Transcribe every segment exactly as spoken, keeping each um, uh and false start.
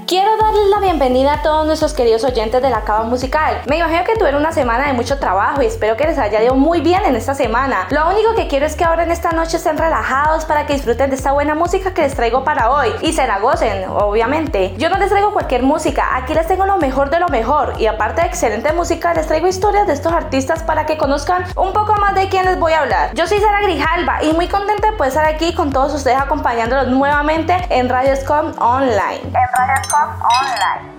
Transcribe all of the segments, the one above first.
Quiero darles la bienvenida a todos nuestros queridos oyentes de La Cava Musical. Me imagino que tuvieron una semana de mucho trabajo y espero que les haya ido muy bien en esta semana. Lo único que quiero es que ahora en esta noche estén relajados para que disfruten de esta buena música que les traigo para hoy y se la gocen, obviamente. Yo no les traigo cualquier música, aquí les tengo lo mejor de lo mejor y aparte de excelente música les traigo historias de estos artistas para que conozcan un poco más de quién les voy a hablar. Yo soy Sara Grijalva y muy contenta de poder estar aquí con todos ustedes acompañándolos nuevamente en Radio Scom Online. En Radio Scom Online.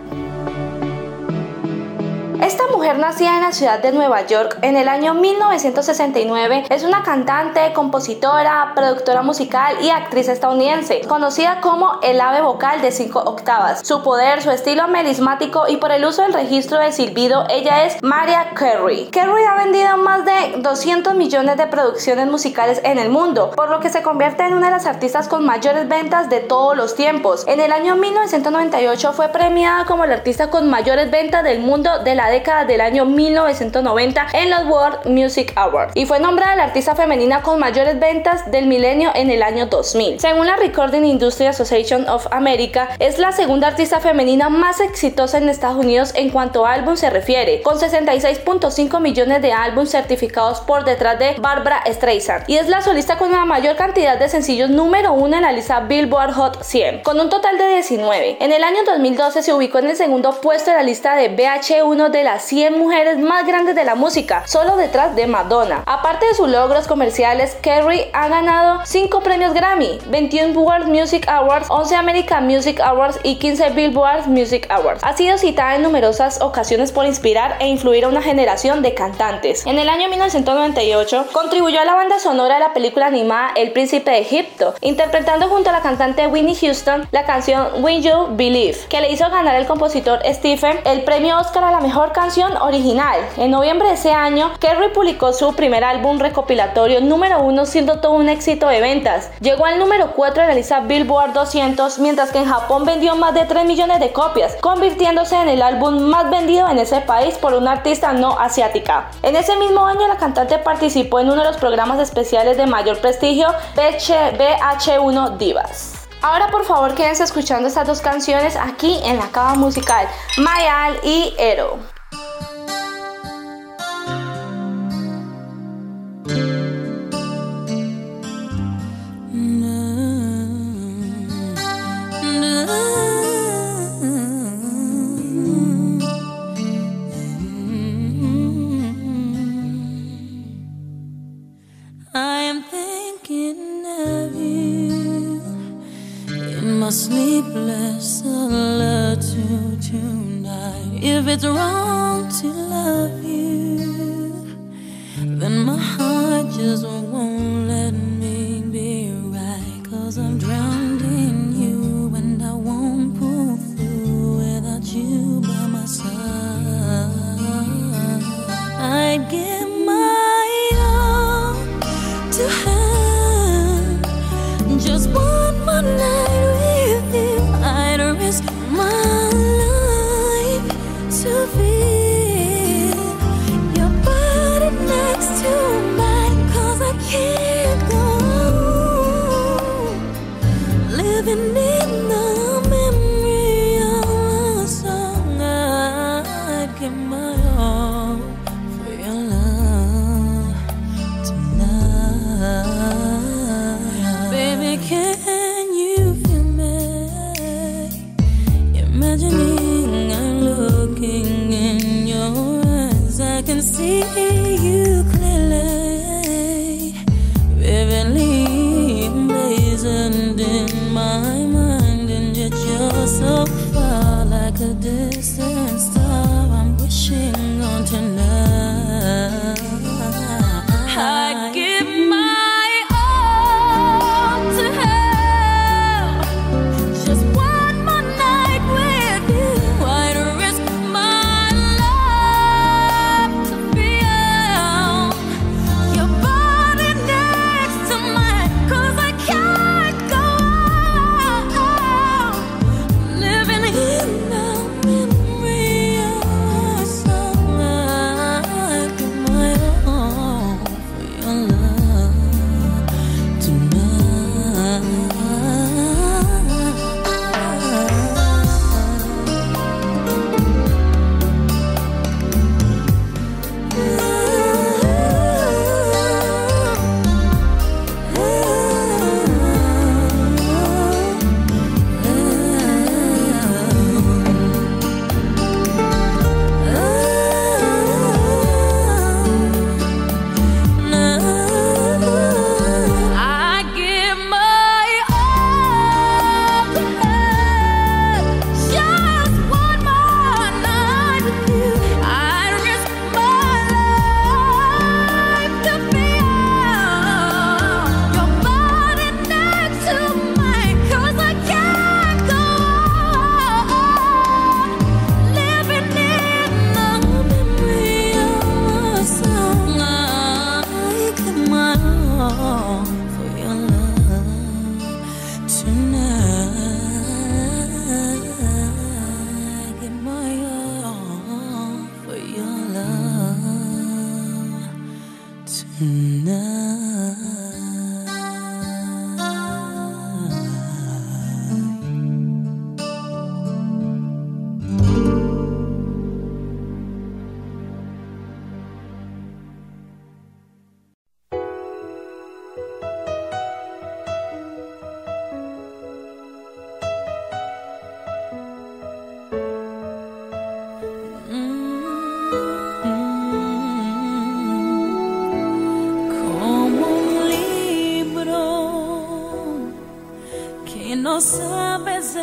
Esta mujer nacida en la ciudad de Nueva York en el año mil novecientos sesenta y nueve es una cantante, compositora, productora musical y actriz estadounidense, conocida como el ave vocal de cinco octavas. Su poder, su estilo melismático y por el uso del registro de silbido, ella es Mariah Carey. Carey ha vendido más de doscientos millones de producciones musicales en el mundo, por lo que se convierte en una de las artistas con mayores ventas de todos los tiempos. En el año mil novecientos noventa y ocho fue premiada como la artista con mayores ventas del mundo de la década del año mil novecientos noventa en los World Music Awards y fue nombrada la artista femenina con mayores ventas del milenio en el año dos mil. Según la Recording Industry Association of America, es la segunda artista femenina más exitosa en Estados Unidos en cuanto a álbum se refiere, con sesenta y seis punto cinco millones de álbumes certificados por detrás de Barbra Streisand, y es la solista con la mayor cantidad de sencillos número uno en la lista Billboard Hot cien, con un total de diecinueve. En el año dos mil doce se ubicó en el segundo puesto de la lista de V H uno de las cien mujeres más grandes de la música, solo detrás de Madonna. Aparte de sus logros comerciales, Carey ha ganado cinco premios Grammy, veintiuno World Music Awards, once American Music Awards y quince Billboard Music Awards. Ha sido citada en numerosas ocasiones por inspirar e influir a una generación de cantantes. En el año mil novecientos noventa y ocho contribuyó a la banda sonora de la película animada El Príncipe de Egipto, interpretando junto a la cantante Whitney Houston la canción When You Believe, que le hizo ganar el compositor Stephen el premio Oscar a la mejor canción original. En noviembre de ese año, Carey publicó su primer álbum recopilatorio número uno, siendo todo un éxito de ventas. Llegó al número cuatro de la lista Billboard doscientos, mientras que en Japón vendió más de tres millones de copias, convirtiéndose en el álbum más vendido en ese país por una artista no asiática. En ese mismo año, la cantante participó en uno de los programas especiales de mayor prestigio, V H uno Divas. Ahora por favor quédense escuchando estas dos canciones aquí en La Cava Musical, Mayal y Ero. My sleepless solitude tonight. If it's wrong to love you, then my heart just won't let me be right. Cause I'm drowned in you and I won't pull through without you by my side. I'd give my all to have just one more night. My life to feel your body next to mine. Cause I can't go living in the memory of a song. I'd give my all for your love tonight. Baby, can you feel me? Imagining I'm looking in your eyes, I can see you clearly, vividly emblazoned in my mind, and yet you're so far, like a distant star I'm wishing on tonight. I give my all to have just one more night with you. I'd risk my love to feel your body next to mine. Cause I can't go on living in the memory of a song. I'd give my all for your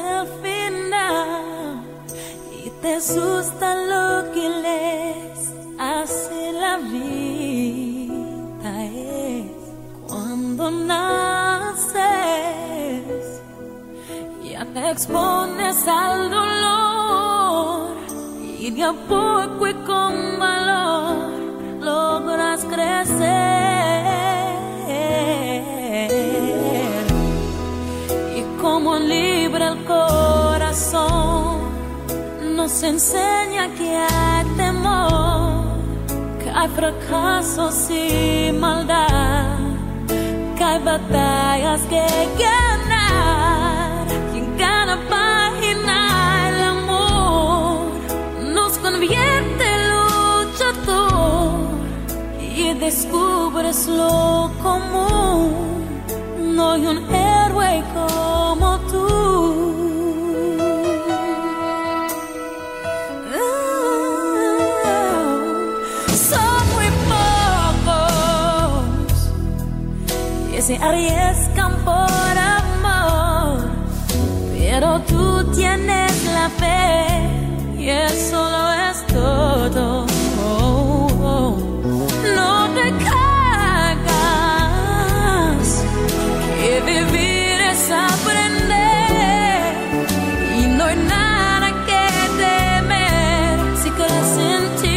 el final y te asusta lo que les hace la vida. Es cuando naces, ya te expones al dolor y de a poco y con valor logras crecer. Y como libre el corazón nos enseña que hay temor, que hay fracasos y maldad, que hay batallas que ganar, y en cada página el amor nos convierte en luchador y descubres lo común. No hay un héroe como tú. Se arriesgan por amor, pero tú tienes la fe y eso lo es todo. Oh, oh. No te caigas, que vivir es aprender y no hay nada que temer si crees en ti.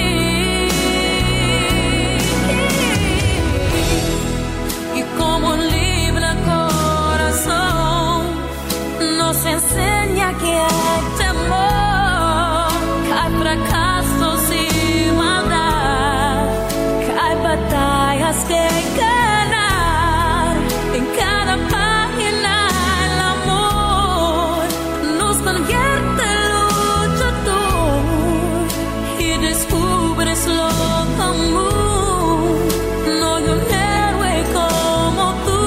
Nos enseña que hay temor, que hay fracasos y maldad, que hay batallas que ganar. En cada página el amor nos convierte en luchador y descubres lo común. No hay un héroe como tú.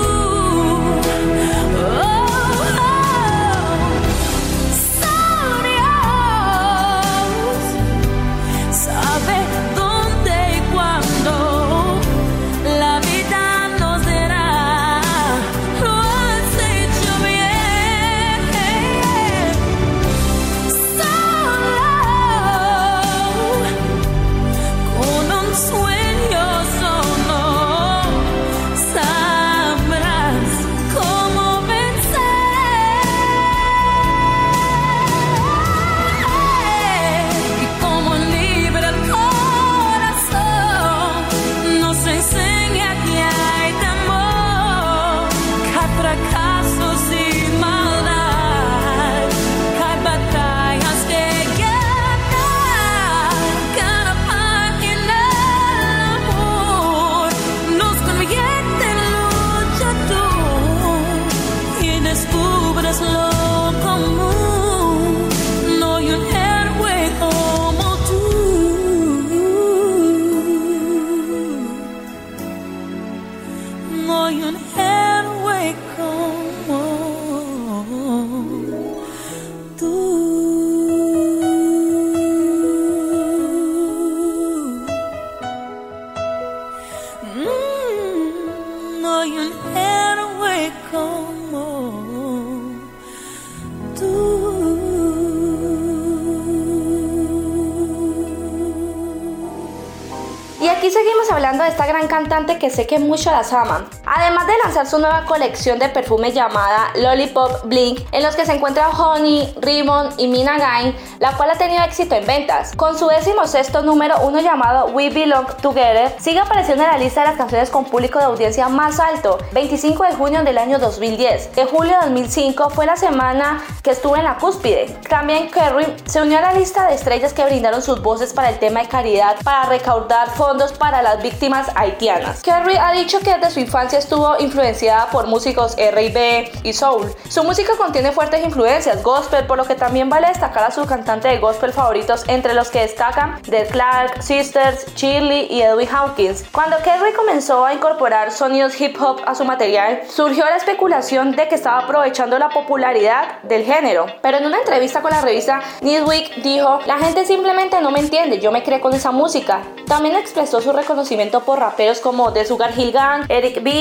Aquí seguimos hablando de esta gran cantante que sé que muchos las aman. Además de lanzar su nueva colección de perfumes llamada Lollipop Blink, en los que se encuentra Honey, Ribbon y Mina Gain, la cual ha tenido éxito en ventas. Con su decimosexto número uno llamado We Belong Together, sigue apareciendo en la lista de las canciones con público de audiencia más alto, veinticinco de junio del año dos mil diez. De julio de dos mil cinco fue la semana que estuvo en la cúspide. También Kerry se unió a la lista de estrellas que brindaron sus voces para el tema de caridad para recaudar fondos para las víctimas haitianas. Kerry ha dicho que desde su infancia estuvo influenciada por músicos erre y be y soul. Su música contiene fuertes influencias gospel, por lo que también vale destacar a sus cantantes de gospel favoritos, entre los que destacan The Clark Sisters, Shirley y Edwin Hawkins. Cuando Kerry comenzó a incorporar sonidos hip hop a su material, surgió la especulación de que estaba aprovechando la popularidad del género. Pero en una entrevista con la revista Newsweek dijo: "La gente simplemente no me entiende, yo me creé con esa música". También expresó su reconocimiento por raperos como The Sugar Hill Gang, Eric B,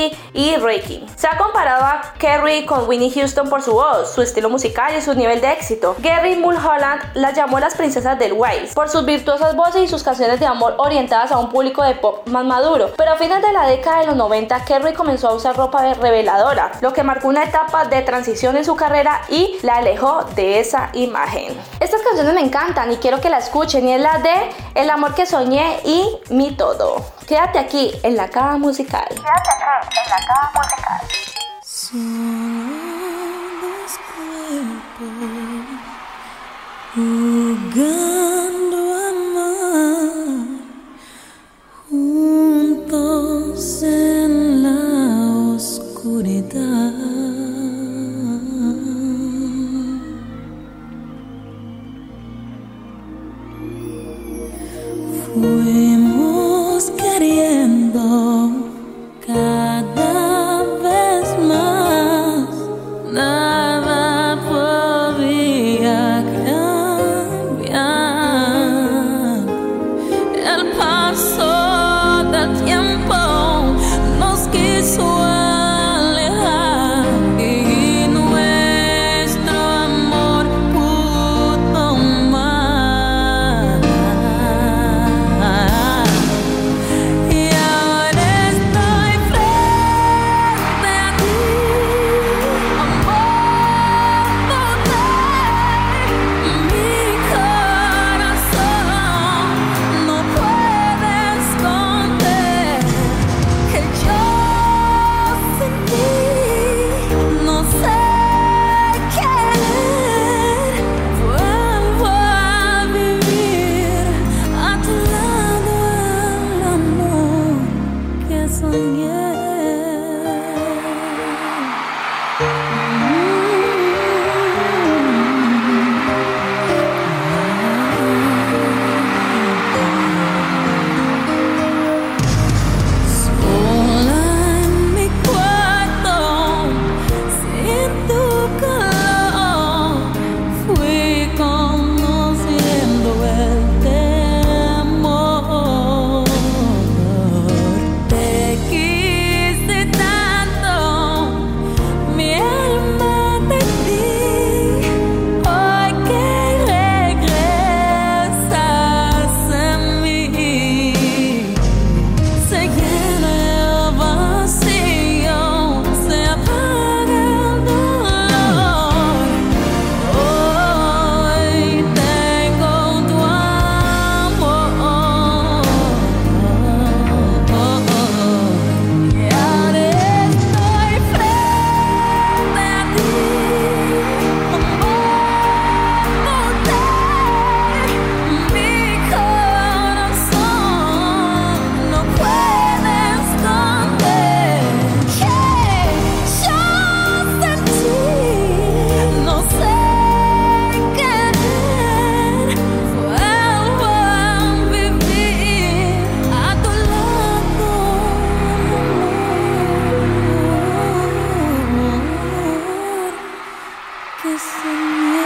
country y reggae. Se ha comparado a Carrie con Whitney Houston por su voz, su estilo musical y su nivel de éxito. Gary Mulholland las llamó las princesas del Wales por sus virtuosas voces y sus canciones de amor orientadas a un público de pop más maduro. Pero a fines de la década de los noventa, Carrie comenzó a usar ropa reveladora, lo que marcó una etapa de transición en su carrera y la alejó de esa imagen. Estas canciones me encantan y quiero que la escuchen, y es la de El amor que soñé y Mi todo. Quédate aquí en La Cava Musical. Quédate aquí en La Cava Musical. Somos cuerpos jugando a amar, juntos en la oscuridad. Fuimos queriendo cada vez más, nada podía cambiar. El paso del tiempo nos quiso alejar y nuestro amor pudo más. Y ahora estoy frente a ti, amándote. Mi corazón no puede esconder que yo sin ti no sé querer. Vuelvo a vivir a tu lado el amor que soñé. Sola en mi cuarto, sin tu calor, fui conociendo el temor. Te quise tanto, mi alma te di. Hoy que regresas en mí, se llena el vacío, se apaga el dolor. Hoy tengo tu amor. Y ahora estoy frente a ti, amándote. Mi corazón no puede esconder que yo sin ti no sé querer. Vuelvo a vivir a tu lado, amor que soñé.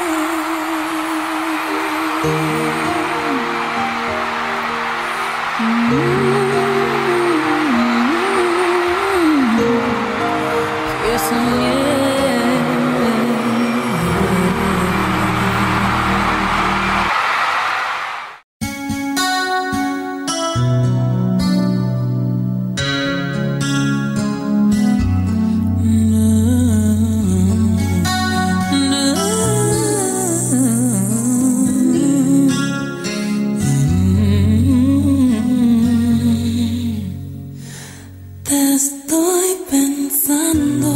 Que soñé. Te estoy pensando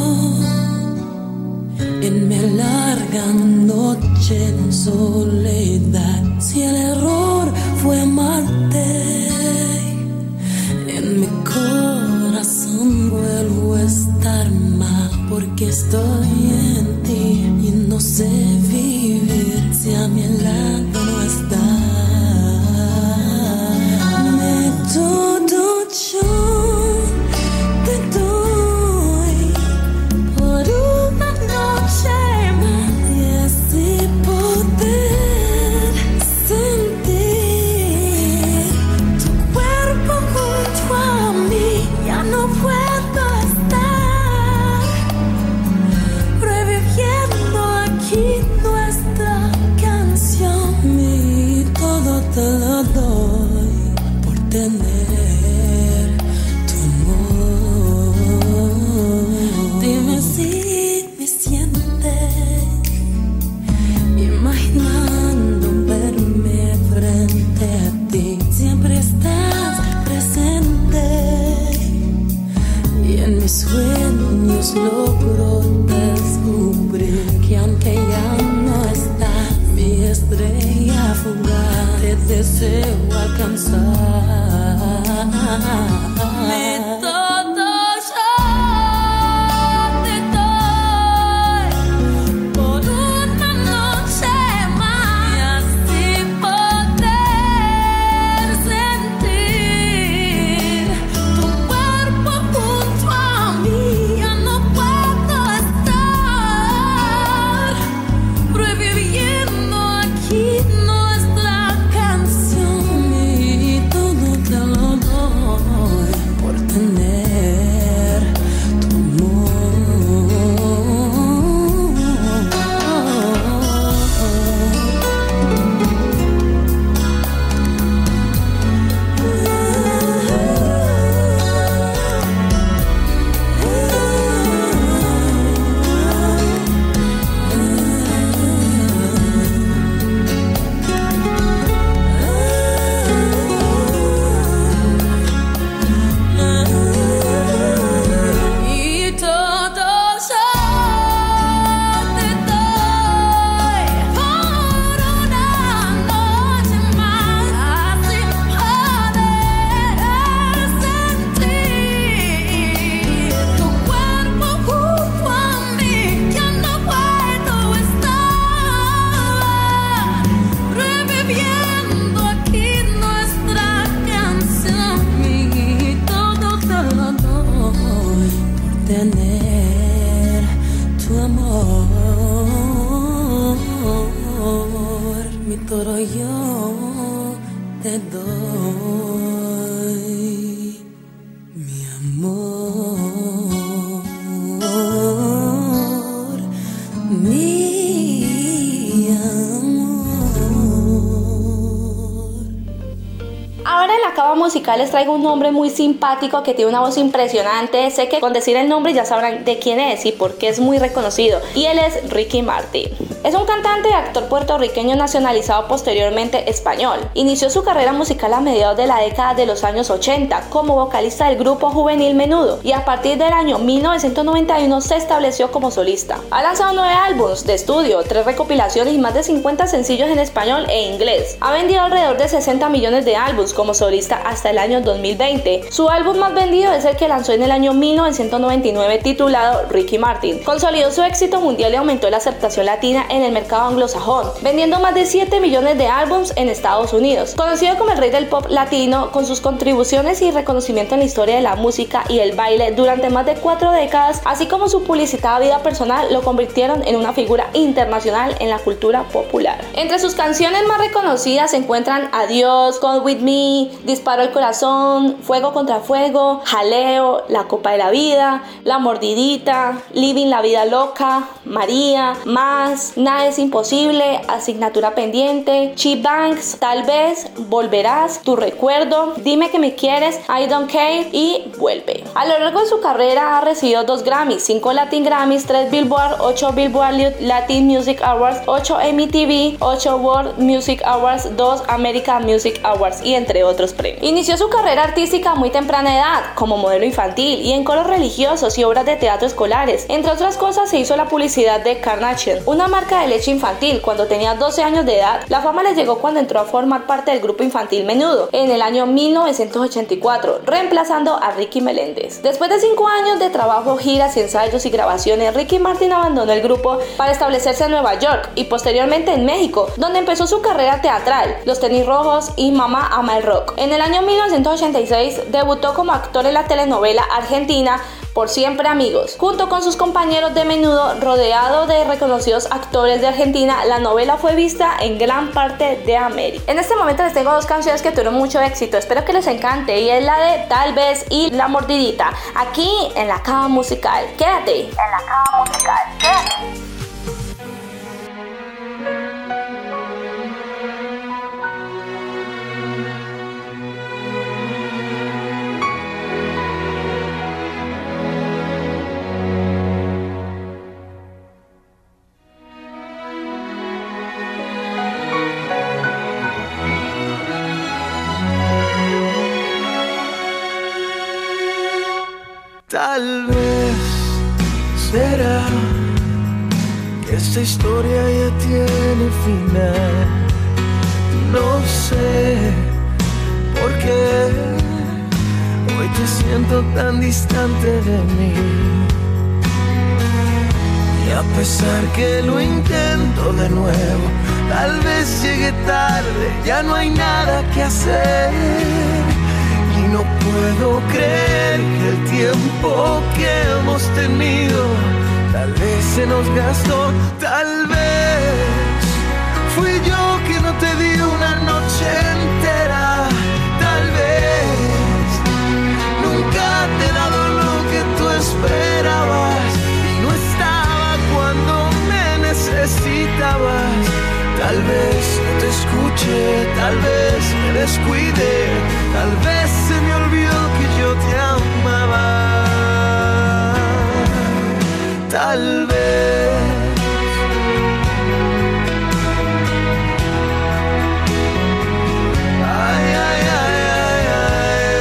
en mi larga noche en soledad. Si el error fue amarte, en mi corazón vuelvo a estar mal, porque estoy en ti y no sé vivir si a mi lado no estás. De todo yo te doy por una noche más, y así poder sentir tu cuerpo junto a mí. Ya no puedo que ya no está, mi estrella fugaz, te deseo alcanzar. Mi todo yo te doy por una noche más, y así poder sentir tu cuerpo junto a mí. Ya no puedo estar reviviendo aquí nuestra canción, y todo te lo doy por tener tu y todo yo te doy por una noche más, así poder sentir tu cuerpo junto a mí. Ya no puedo estar reviviendo aquí nuestra canción, y todo te lo doy por tener tu amor. Mi toro yo te doy, mi amor, mi amor. Ahora en la cava musical les traigo un hombre muy simpático que tiene una voz impresionante. Sé que con decir el nombre ya sabrán de quién es y por qué es muy reconocido. Y él es Ricky Martin. Es un cantante y actor puertorriqueño nacionalizado posteriormente español. Inició su carrera musical a mediados de la década de los años ochenta como vocalista del grupo juvenil Menudo, y a partir del año mil novecientos noventa y uno se estableció como solista. Ha lanzado nueve álbumes de estudio, tres recopilaciones y más de cincuenta sencillos en español e inglés. Ha vendido alrededor de sesenta millones de álbumes como solista hasta el año dos mil veinte. Su álbum más vendido es el que lanzó en el año mil novecientos noventa y nueve titulado Ricky Martin. Consolidó su éxito mundial y aumentó la aceptación latina en el mercado anglosajón, vendiendo más de siete millones de álbumes en Estados Unidos. Conocido como el rey del pop latino, con sus contribuciones y reconocimiento en la historia de la música y el baile durante más de cuatro décadas, así como su publicitada vida personal, lo convirtieron en una figura internacional en la cultura popular. Entre sus canciones más reconocidas se encuentran Adiós, Come With Me, Disparo al Corazón, Fuego contra Fuego, Jaleo, La Copa de la Vida, La Mordidita, Living la Vida Loca, María, Más, Nada es Imposible, Asignatura Pendiente, Cheap Banks, Tal Vez, Volverás, Tu Recuerdo, Dime que me quieres, I Don't Care y Vuelve. A lo largo de su carrera ha recibido dos Grammys, cinco Latin Grammys, tres Billboard, ocho Billboard Latin Music Awards, ocho M T V, ocho World Music Awards, dos American Music Awards y entre otros premios. Inició su carrera artística a muy temprana edad, como modelo infantil y en coros religiosos y obras de teatro escolares. Entre otras cosas, se hizo la publicidad de Carnation, una marca de leche infantil, cuando tenía doce años de edad. La fama le llegó cuando entró a formar parte del grupo infantil Menudo en el año mil novecientos ochenta y cuatro, reemplazando a Ricky Meléndez. Después de cinco años de trabajo, giras, ensayos y grabaciones, Ricky Martin abandonó el grupo para establecerse en Nueva York y posteriormente en México, donde empezó su carrera teatral, Los Tenis Rojos y Mamá Ama el Rock. En el año mil novecientos ochenta y seis debutó como actor en la telenovela argentina Por Siempre Amigos. Junto con sus compañeros de Menudo, rodeado de reconocidos actores de Argentina, la novela fue vista en gran parte de América. En este momento les tengo dos canciones que tuvieron mucho éxito, espero que les encante, y es la de Tal Vez y La Mordidita, aquí en la cava musical. Quédate En la cava musical. Quédate. Tal vez será que esta historia ya tiene final. No sé por qué hoy te siento tan distante de mí. Y a pesar que lo intento de nuevo, tal vez llegue tarde, ya no hay nada que hacer. Y no puedo creer que el tiempo que hemos tenido tal vez se nos gastó. Tal vez fui yo que no te di una noche entera. Tal vez nunca te he dado lo que tú esperabas y no estaba cuando me necesitabas. Tal vez no te escuché, tal vez me descuidé, tal vez se me olvidó que yo te amaba. Tal vez. Ay, ay, ay, ay, ay.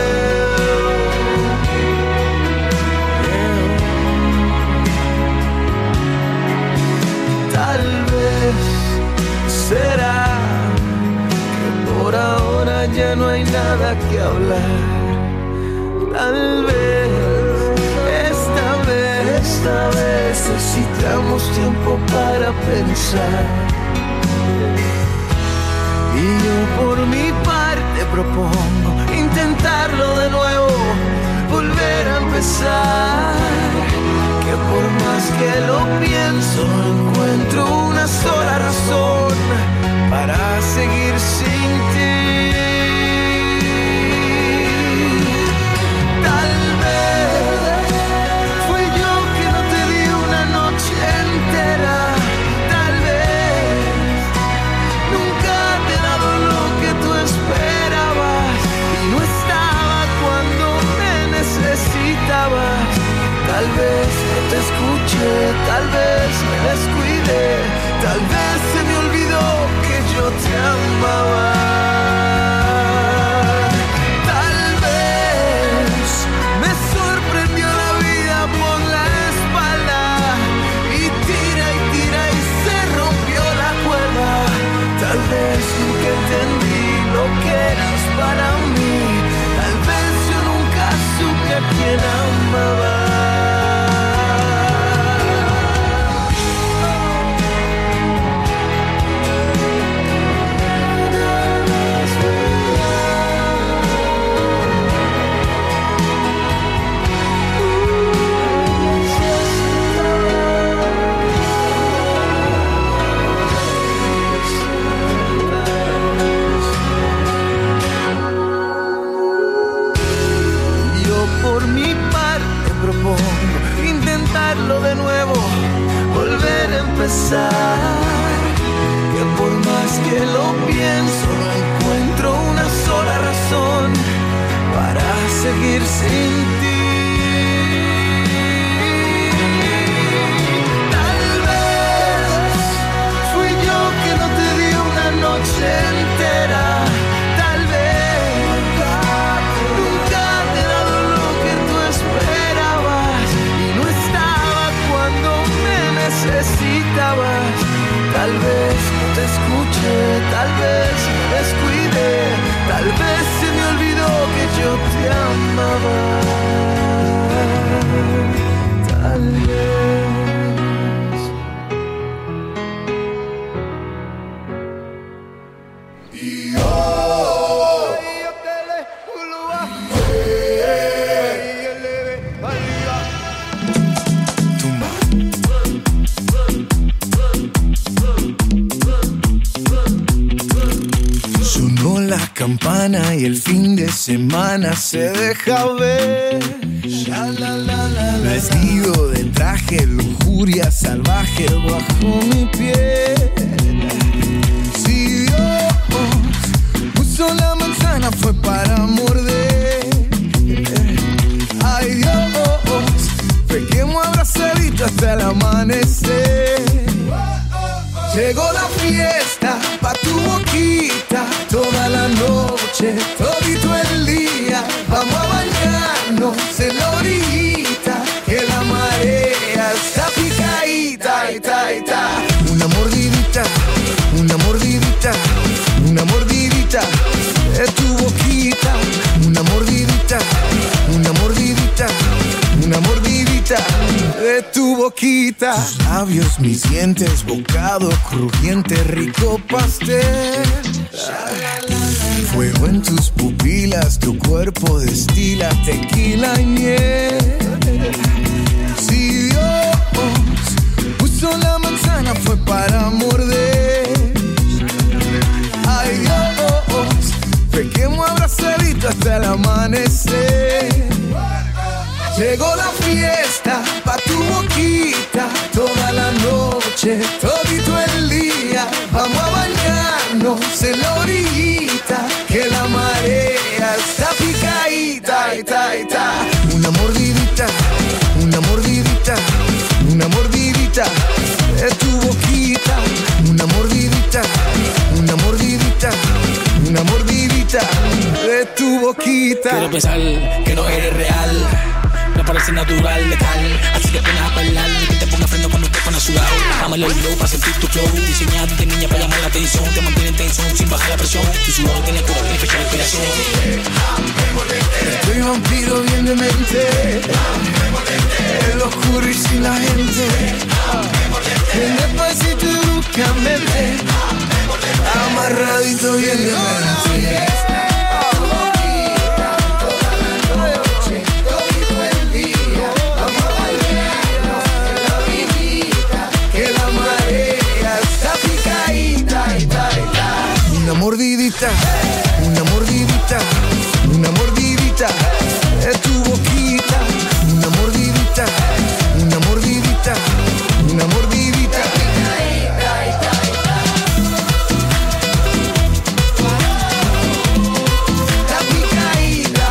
Tal vez será que por ahora ya no hay nada que hablar. Tal vez esta vez, esta vez necesitamos tiempo para pensar. Y yo por mi parte propongo intentarlo de nuevo, volver a empezar. Que por más que lo pienso, no encuentro una sola razón para seguir sin ti. Tal vez fui yo que no te di una noche entera. Tal vez nunca te he dado lo que tú esperabas y no estaba cuando me necesitabas. Tal vez no te escuché, tal vez me descuidé, tal vez se me olvidó que yo te amaba. Tal vez me sorprendió la vida por la espalda y tira y tira y se rompió la cuerda. Tal vez nunca entendí lo que eras para mí, tal vez yo nunca supe a quién amaba. Intentarlo de nuevo, volver a empezar. Que por más que lo pienso, no encuentro una sola razón para seguir sin ti. Tal vez fui yo que no te di una noche entera. Tal vez nunca te he dado lo que tú esperabas y no estaba cuando me necesitabas. Tal vez no te escuché, tal vez me descuidé, tal vez se me olvidó que yo te amaba. Tal vez. Campana y el fin de semana se deja ver. Vestido de traje, lujuria salvaje bajo mi piel. Si Dios puso la manzana fue para morder. Ay Dios, pequemos abrazaditos hasta el amanecer. Llegó la fiesta pa' tu boquita, toda la noche, todito el día. Vamos a bañarnos en la orillita, que la marea está picadita, ita, ita. boquita, tus labios, mis dientes, bocado crujiente, rico pastel. Fuego en tus pupilas, tu cuerpo destila tequila y miel. Si Dios puso la manzana fue para morder. Ay Dios, pequemos abrazadito hasta el amanecer. Llegó la fiesta pa' tu boquita, toda la noche, todito el día. Vamos a bañarnos en la orillita, que la marea está picadita, ita, ita. Una mordidita, una mordidita, una mordidita de tu boquita. Una mordidita, una mordidita, una mordidita de tu boquita. Quiero pensar que no eres real, me parece natural, letal. Así que pones a bailar y que te ponga freno cuando te pones sudado. Dame el low para sentir tu flow, diseñado de niña para llamar la atención. Te mantiene en tensión sin bajar la presión. Tu sudor tiene cura, tiene fecha de inspiración. Estoy vampiro bien de mente, el oscuro y sin la gente. En despacito y bruscamente, amarradito bien de mente. Una mordidita, una mordidita, una mordidita de tu boquita. Una mordidita, una mordidita, una mordidita. La picadita,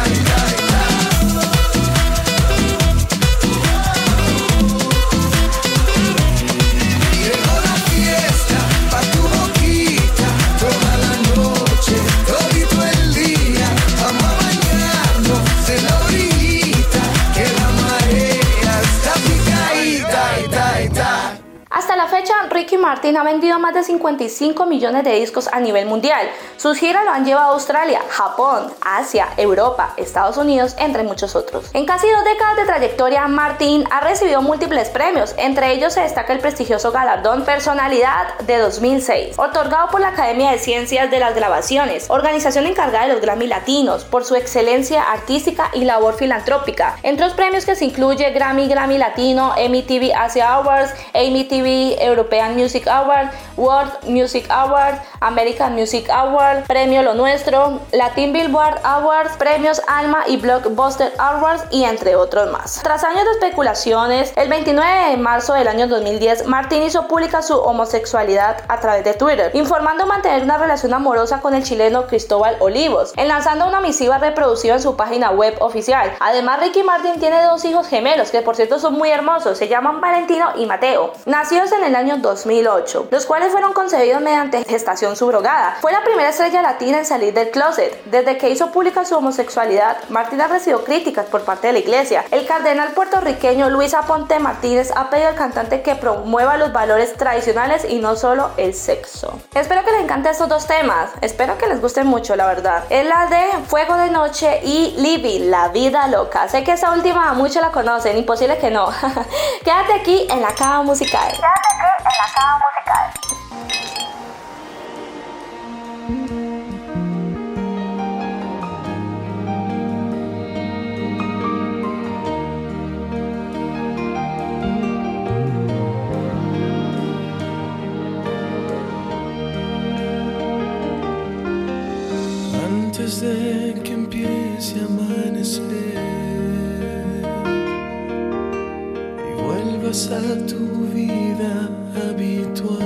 llegó la fiesta pa' tu boquita, toda la noche, todito el día. Vamos a bañarnos en la orillita, que la marea está picadita, ita, ita. Hasta la fecha, Ricky Martin ha vendido más de cincuenta y cinco millones de discos a nivel mundial. Sus giras lo han llevado a Australia, Japón, Asia, Europa, Estados Unidos, entre muchos otros. En casi dos décadas de trayectoria, Martin ha recibido múltiples premios. Entre ellos se destaca el prestigioso galardón Personalidad de dos mil seis, otorgado por la Academia de Ciencias de las Grabaciones, organización encargada de los Grammy Latinos, por su excelencia artística y labor filantrópica. Entre los premios que se incluye Grammy, Grammy Latino, M T V Asia Awards, M T V European Music Award, World Music Award, American Music Award, Premio Lo Nuestro, Latin Billboard Awards, Premios Alma y Blockbuster Awards, y entre otros más. Tras años de especulaciones, el veintinueve de marzo del año dos mil diez, Martin hizo pública su homosexualidad a través de Twitter, informando mantener una relación amorosa con el chileno Cristóbal Olivos, enlazando una misiva reproducida en su página web oficial. Además, Ricky Martin tiene dos hijos gemelos, que por cierto son muy hermosos, se llaman Valentino y Mateo, nacidos en el año dos mil ocho, los cuales fueron concebidos mediante gestación subrogada. Fue la primera estrella latina en salir del closet. Desde que hizo pública su homosexualidad, Martin ha recibido críticas por parte de la iglesia. El cardenal puertorriqueño Luis Aponte Martínez ha pedido al cantante que promueva los valores tradicionales y no solo el sexo. Espero que les encanten estos dos temas, espero que les gusten mucho, la verdad. Es la de Fuego de Noche y Living, la vida loca. Sé que esa última muchos la conocen, imposible que no. Quédate aquí en la cava musical. Quédate aquí en la cava musical. Antes de que empiece a amanecer y vuelvas a tu vida habitual,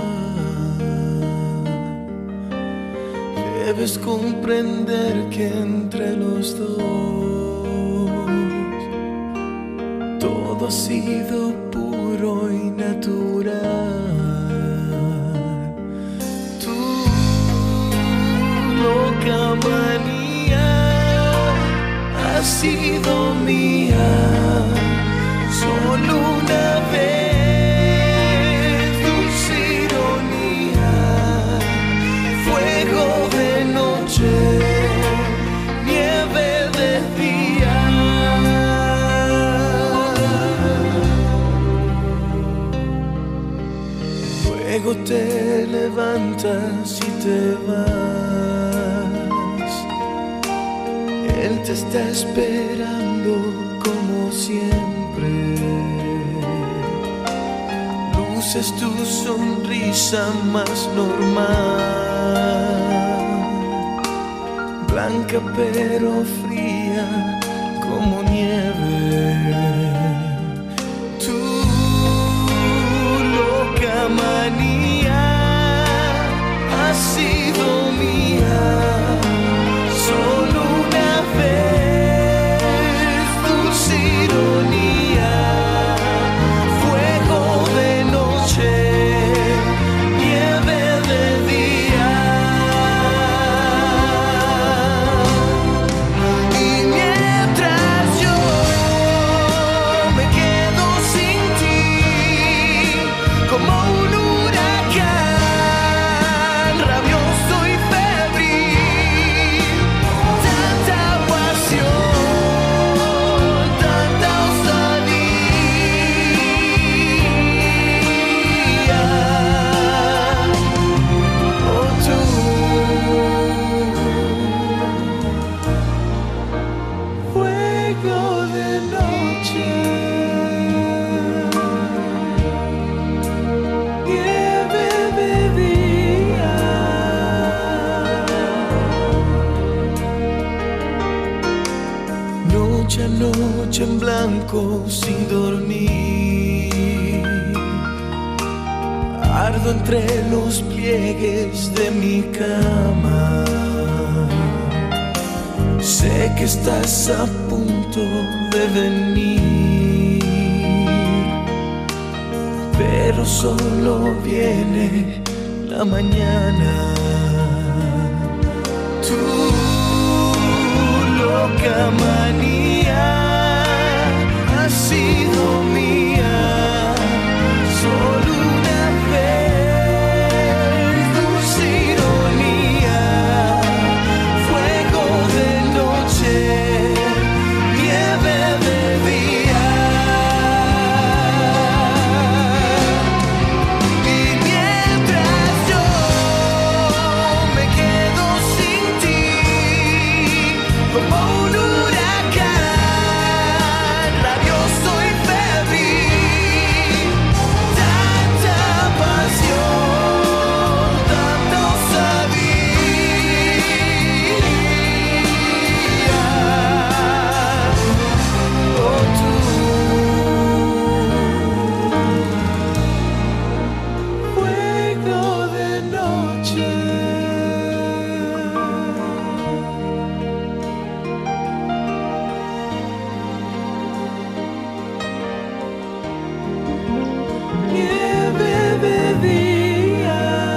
debes comprender que entre los dos todo ha sido puro y natural. Tu loca manía ha sido mía solo una vez. Dulce ironía, fuego de noche, nieve de día. te levantas y te vas, Él te está esperando como siempre. Luces tu sonrisa más normal, blanca pero fría como nieve. Tu loca manía ha sido mía solo una vez. Dulce ironía, fuego de noche, nieve de día. Y mientras yo me quedo sin ti, como un huracán rabioso y febril, tanta pasión, tanta osadía. Oh, tú, fuego de noche, nieve de día. Noche a noche en blanco sin dormir, ardo entre los pliegues de mi cama. Sé que estás a punto de venir, pero solo viene la mañana. Tu loca manía ha sido mía solo una vez. Dulce ironía, fuego de noche, nieve de día. Y mientras yo me quedo sin ti, como un huracán rabioso y febril, tanta pasión, tanta osadía. Oh, tú, fuego de noche. Nieve de día.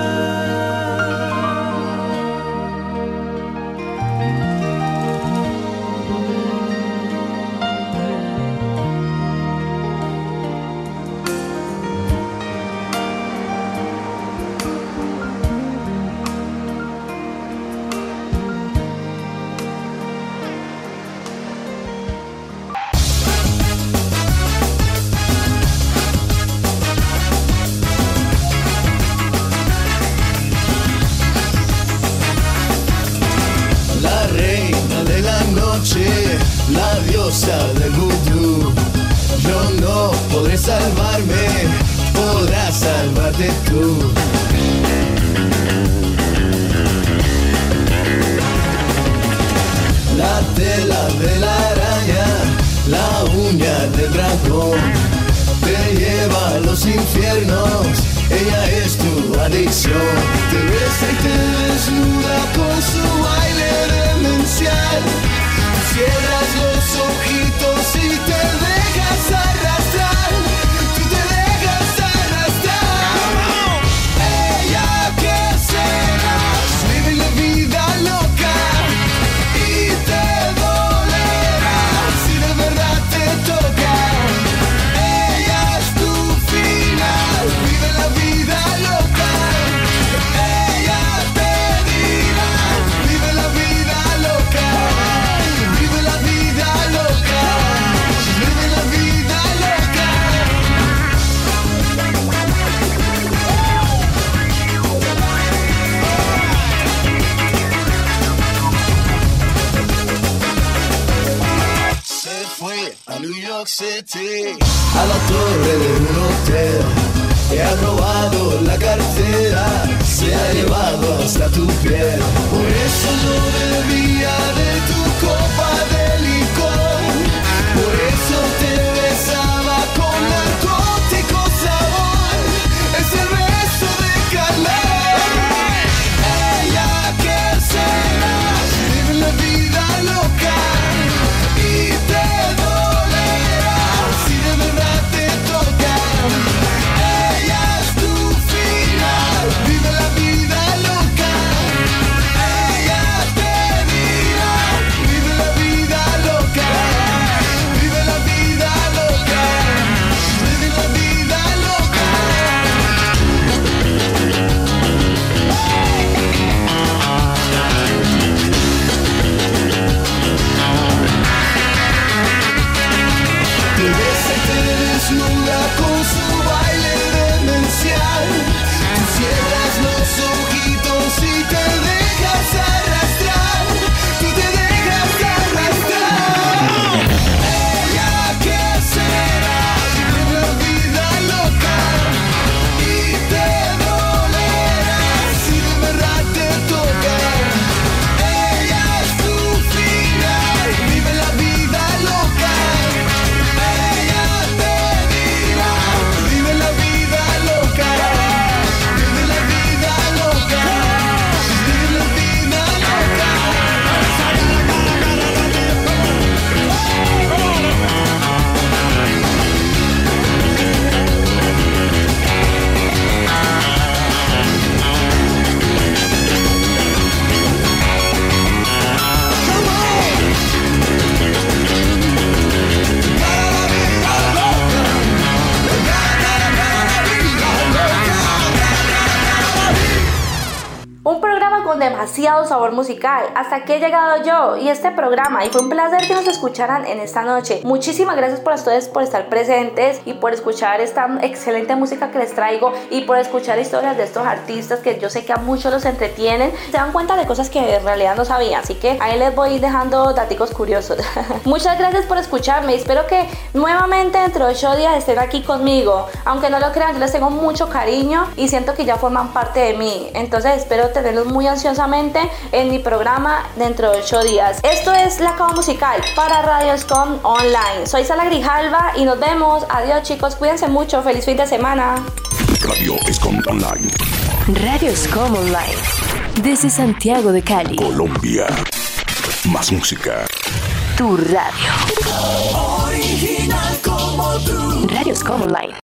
La reina de la noche, la diosa del vudú. Yo no podré salvarme, podrás salvarte tú. La tela de la araña, la uña del dragón, te lleva a los infiernos, ella es tu adicción. Te besa y te desnuda con su baile demencial. Cierras los ojitos y te dejas arrastrar. Tú te dejas arrastrar. Ella que serás, vive la vida loca y te dolerá si de verdad te toca. Ella es tu final, vive la vida loca. Ella te dirá, vive York City. A la torre de un hotel te ha robado la cartera, se ha llevado hasta tu piel. Por eso no bebía de tu copa de licor, por eso te besaba con narcótico sabor, ese beso de calor. Ella que será, vive la vida loca y te dolerá si de verdad te toca. Ella es tu final, vive la vida loca. Ella te dirá, vive la vida loca, vive la vida loca, vive la vida loca. Te besa y te desnuda con su baile demencial. Tú cierras los ojitos y te dejas arrastrar, tú te dejas arrastrar. Ella que será, vive la vida loca y te dolerá si de verdad te toca. Ella es tu final, vive la vida loca. Ella te dirá, vive la vida loca, vive la vida loca, vive la vida loca. Un programa con demasiado sabor musical. Hasta aquí he llegado yo y este programa, y fue un placer que nos escucharan en esta noche. Muchísimas gracias por ustedes por estar presentes y por escuchar esta excelente música que les traigo y por escuchar historias de estos artistas que yo sé que a muchos los entretienen. Se dan cuenta de cosas que en realidad no sabían, así que ahí les voy dejando daticos curiosos. Muchas gracias por escucharme y espero que nuevamente dentro de ocho días estén aquí conmigo. Aunque no lo crean, yo les tengo mucho cariño y siento que ya forman parte de mí. Entonces espero tenerlos muy ansiosamente en mi programa dentro de ocho días. Esto es La Cava Musical para Radio Escom Online. Soy Sala Grijalva y nos vemos. Adiós, chicos, cuídense mucho. Feliz fin de semana. Radio Escom Online. Radio Escom Online. Desde Santiago de Cali, Colombia. Más música. Tu radio. Original como tú. Radio Escom Online.